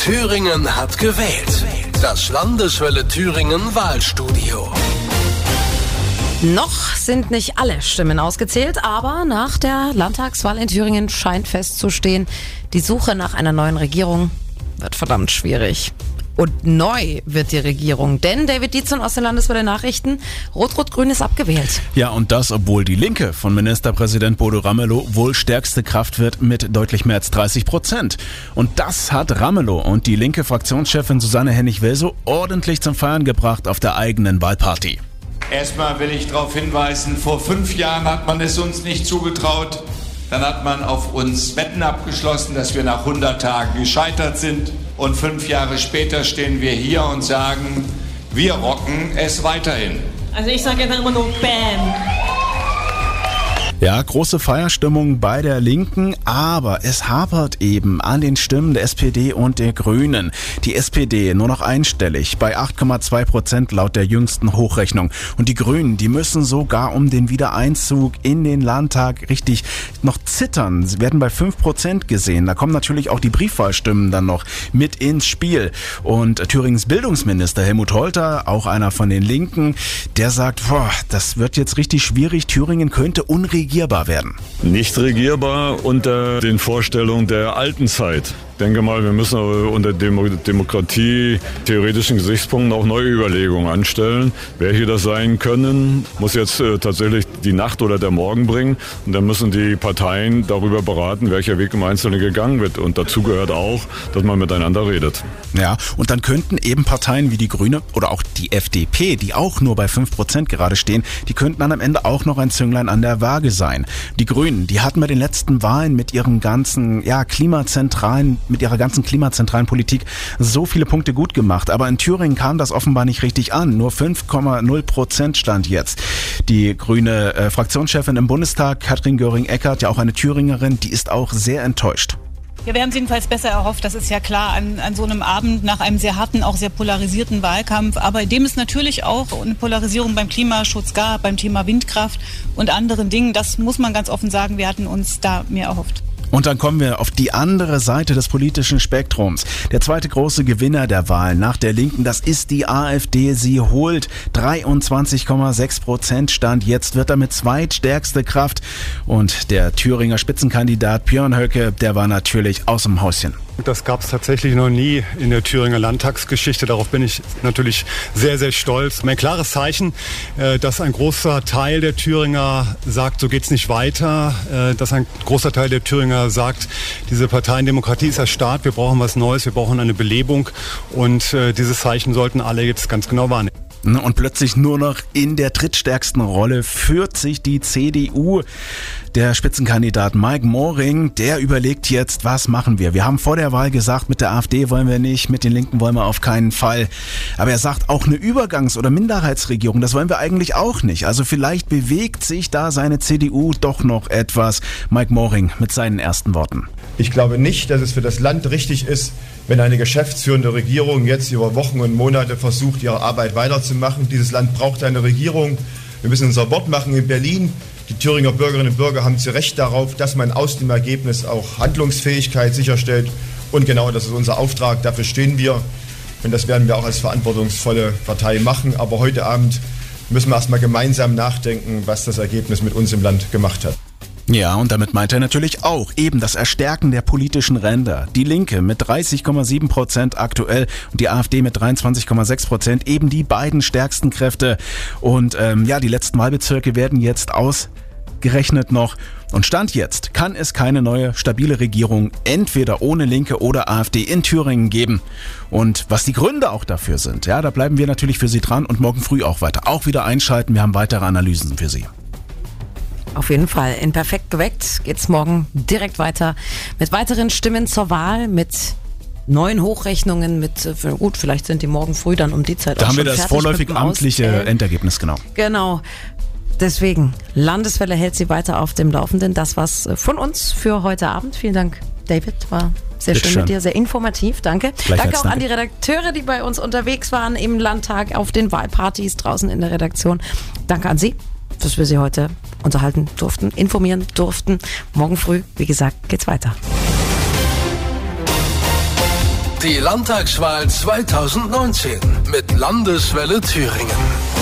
Thüringen hat gewählt. Das Landeswelle Thüringen Wahlstudio. Noch sind nicht alle Stimmen ausgezählt, aber nach der Landtagswahl in Thüringen scheint festzustehen, die Suche nach einer neuen Regierung wird verdammt schwierig. Und neu wird die Regierung, denn David Dietzen aus den Landeswelle Nachrichten, Rot-Rot-Grün ist abgewählt. Ja, und das, obwohl die Linke von Ministerpräsident Bodo Ramelow wohl stärkste Kraft wird mit deutlich mehr als 30%. Und das hat Ramelow und die linke Fraktionschefin Susanne Hennig-Welsow ordentlich zum Feiern gebracht auf der eigenen Wahlparty. Erstmal will ich darauf hinweisen, vor 5 Jahren hat man es uns nicht zugetraut. Dann hat man auf uns Wetten abgeschlossen, dass wir nach 100 Tagen gescheitert sind. Und 5 Jahre später stehen wir hier und sagen, wir rocken es weiterhin. Also ich sage jetzt immer nur BAM. Ja, große Feierstimmung bei der Linken, aber es hapert eben an den Stimmen der SPD und der Grünen. Die SPD nur noch einstellig bei 8,2% laut der jüngsten Hochrechnung. Und die Grünen, die müssen sogar um den Wiedereinzug in den Landtag richtig noch zittern. Sie werden bei 5% gesehen. Da kommen natürlich auch die Briefwahlstimmen dann noch mit ins Spiel. Und Thüringens Bildungsminister Helmut Holter, auch einer von den Linken, der sagt, das wird jetzt richtig schwierig. Thüringen könnte unregierbar werden. Nicht regierbar unter den Vorstellungen der alten Zeit. Ich denke mal, wir müssen unter Demokratie theoretischen Gesichtspunkten auch neue Überlegungen anstellen. Wer hier das sein können, muss jetzt tatsächlich die Nacht oder der Morgen bringen. Und dann müssen die Parteien darüber beraten, welcher Weg im Einzelnen gegangen wird. Und dazu gehört auch, dass man miteinander redet. Ja, und dann könnten eben Parteien wie die Grüne oder auch die FDP, die auch nur bei 5% gerade stehen, die könnten dann am Ende auch noch ein Zünglein an der Waage sein. Die Grünen, die hatten bei den letzten Wahlen mit ihren ganzen mit ihrer ganzen klimazentralen Politik so viele Punkte gut gemacht. Aber in Thüringen kam das offenbar nicht richtig an. Nur 5,0% stand jetzt. Die grüne Fraktionschefin im Bundestag, Katrin Göring-Eckardt, ja auch eine Thüringerin, die ist auch sehr enttäuscht. Ja, wir haben es jedenfalls besser erhofft, das ist ja klar, an so einem Abend nach einem sehr harten, auch sehr polarisierten Wahlkampf, aber in dem es natürlich auch eine Polarisierung beim Klimaschutz gab, beim Thema Windkraft und anderen Dingen. Das muss man ganz offen sagen, wir hatten uns da mehr erhofft. Und dann kommen wir auf die andere Seite des politischen Spektrums. Der zweite große Gewinner der Wahl nach der Linken, das ist die AfD. Sie holt 23,6% Stand. Jetzt wird damit zweitstärkste Kraft. Und der Thüringer Spitzenkandidat Björn Höcke, der war natürlich aus dem Häuschen. Das gab es tatsächlich noch nie in der Thüringer Landtagsgeschichte. Darauf bin ich natürlich sehr, sehr stolz. Ein klares Zeichen, dass ein großer Teil der Thüringer sagt, so geht's nicht weiter. Dass ein großer Teil der Thüringer sagt, diese Parteiendemokratie ist erstarrt, wir brauchen was Neues, wir brauchen eine Belebung. Und dieses Zeichen sollten alle jetzt ganz genau wahrnehmen. Und plötzlich nur noch in der drittstärksten Rolle führt sich die CDU. Der Spitzenkandidat Mike Moring, der überlegt jetzt, was machen wir? Wir haben vor der Wahl gesagt, mit der AfD wollen wir nicht, mit den Linken wollen wir auf keinen Fall. Aber er sagt, auch eine Übergangs- oder Minderheitsregierung, das wollen wir eigentlich auch nicht. Also vielleicht bewegt sich da seine CDU doch noch etwas. Mike Moring mit seinen ersten Worten. Ich glaube nicht, dass es für das Land richtig ist, wenn eine geschäftsführende Regierung jetzt über Wochen und Monate versucht, ihre Arbeit weiterzumachen. Dieses Land braucht eine Regierung. Wir müssen unser Wort machen in Berlin. Die Thüringer Bürgerinnen und Bürger haben zu Recht darauf, dass man aus dem Ergebnis auch Handlungsfähigkeit sicherstellt. Und genau das ist unser Auftrag. Dafür stehen wir. Und das werden wir auch als verantwortungsvolle Partei machen. Aber heute Abend müssen wir erstmal gemeinsam nachdenken, was das Ergebnis mit uns im Land gemacht hat. Ja, und damit meint er natürlich auch eben das Erstärken der politischen Ränder. Die Linke mit 30,7% aktuell und die AfD mit 23,6%, eben die beiden stärksten Kräfte. Und die letzten Wahlbezirke werden jetzt ausgerechnet noch. Und Stand jetzt kann es keine neue stabile Regierung entweder ohne Linke oder AfD in Thüringen geben. Und was die Gründe auch dafür sind, ja, da bleiben wir natürlich für Sie dran und morgen früh auch weiter. Auch wieder einschalten, wir haben weitere Analysen für Sie. Auf jeden Fall. In Perfekt geweckt geht's morgen direkt weiter mit weiteren Stimmen zur Wahl, mit neuen Hochrechnungen, vielleicht sind die morgen früh dann um die Zeit da auch schon fertig. Da haben wir das vorläufig amtliche Endergebnis, genau. Genau. Deswegen, Landeswelle hält Sie weiter auf dem Laufenden. Das war's von uns für heute Abend. Vielen Dank, David. War sehr schön mit dir, sehr informativ. Danke. Danke auch an die Redakteure, die bei uns unterwegs waren im Landtag, auf den Wahlpartys draußen in der Redaktion. Danke an Sie, dass wir Sie heute unterhalten durften, informieren durften. Morgen früh, wie gesagt, geht's weiter. Die Landtagswahl 2019 mit Landeswelle Thüringen.